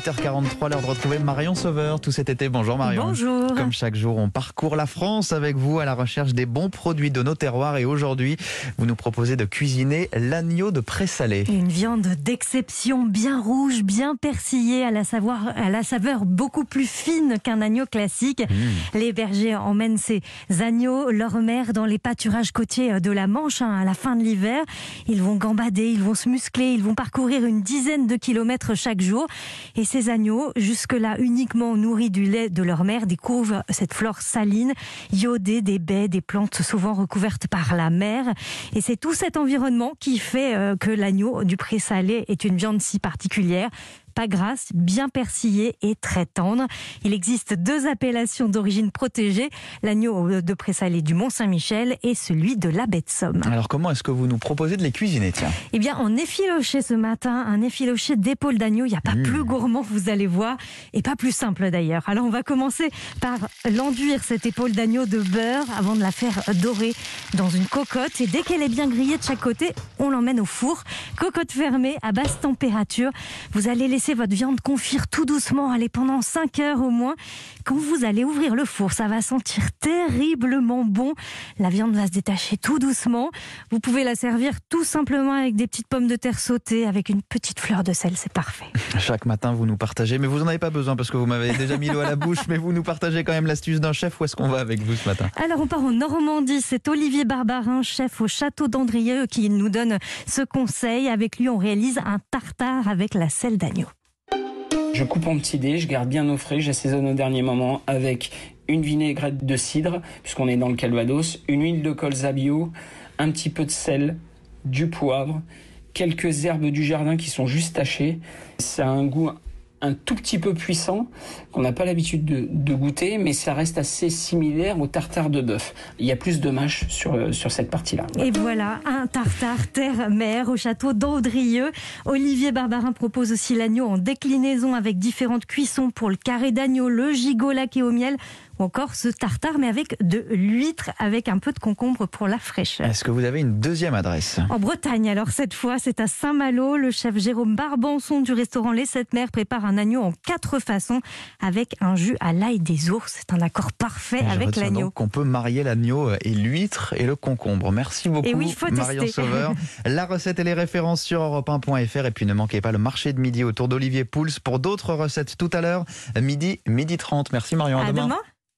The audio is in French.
8h43, l'heure de retrouver Marion Sauveur tout cet été. Bonjour Marion. Bonjour. Comme chaque jour, on parcourt la France avec vous à la recherche des bons produits de nos terroirs. Et aujourd'hui, vous nous proposez de cuisiner l'agneau de Pré-Salé. Une viande d'exception, bien rouge, bien persillée, à la saveur beaucoup plus fine qu'un agneau classique. Les bergers emmènent ces agneaux, leur mère, dans les pâturages côtiers de la Manche à la fin de l'hiver. Ils vont gambader, ils vont se muscler, ils vont parcourir une dizaine de kilomètres chaque jour. Et ces agneaux, jusque-là uniquement nourris du lait de leur mère, découvrent cette flore saline, iodée des baies, des plantes souvent recouvertes par la mer. Et c'est tout cet environnement qui fait que l'agneau du Pré-Salé est une viande si particulière. Pas grasse, bien persillée et très tendre. Il existe deux appellations d'origine protégée, l'agneau de Pré-Salé du Mont-Saint-Michel et celui de la baie de Somme. Alors comment est-ce que vous nous proposez de les cuisiner, tiens ? Eh bien, en effiloché ce matin, un effiloché d'épaule d'agneau, il n'y a pas plus gourmand, vous allez voir, et pas plus simple d'ailleurs. Alors on va commencer par l'enduire, cette épaule d'agneau, de beurre avant de la faire dorer dans une cocotte. Et dès qu'elle est bien grillée de chaque côté, on l'emmène au four. Cocotte fermée à basse température. Vous allez laisser votre viande confire tout doucement, allez, pendant 5 heures au moins. Quand vous allez ouvrir le four, ça va sentir terriblement bon. La viande va se détacher tout doucement. Vous pouvez la servir tout simplement avec des petites pommes de terre sautées, avec une petite fleur de sel, c'est parfait. Chaque matin, vous nous partagez, mais vous n'en avez pas besoin parce que vous m'avez déjà mis l'eau à la bouche, mais vous nous partagez quand même l'astuce d'un chef. Où est-ce qu'on va avec vous ce matin ? Alors on part en Normandie, c'est Olivier Barbarin, chef au château d'Andrieux, qui nous donne ce conseil. Avec lui, on réalise un tartare avec la selle d'agneau. Je coupe en petits dés, je garde bien au frais, j'assaisonne au dernier moment avec une vinaigrette de cidre, puisqu'on est dans le Calvados, une huile de colza bio, un petit peu de sel, du poivre, quelques herbes du jardin qui sont juste tachées. Ça a un goût un tout petit peu puissant, qu'on n'a pas l'habitude de goûter, mais ça reste assez similaire au tartare de bœuf. Il y a plus de mâche sur cette partie-là. Et voilà, un tartare terre-mer au château d'Andrieux. Olivier Barbarin propose aussi l'agneau en déclinaison avec différentes cuissons pour le carré d'agneau, le gigot laqué au miel, ou encore ce tartare, mais avec de l'huître, avec un peu de concombre pour la fraîcheur. Est-ce que vous avez une deuxième adresse ? En Bretagne, alors cette fois, c'est à Saint-Malo. Le chef Jérôme Barbançon du restaurant Les Sept Mers prépare un agneau en 4 façons avec un jus à l'ail des ours. C'est un accord parfait avec l'agneau. Donc on peut marier l'agneau et l'huître et le concombre. Merci beaucoup, et oui, Marion Sauveur. La recette et les références sur europe1.fr. Et puis ne manquez pas le marché de midi autour d'Olivier Pouls pour d'autres recettes tout à l'heure, midi 30. Merci Marion, à demain.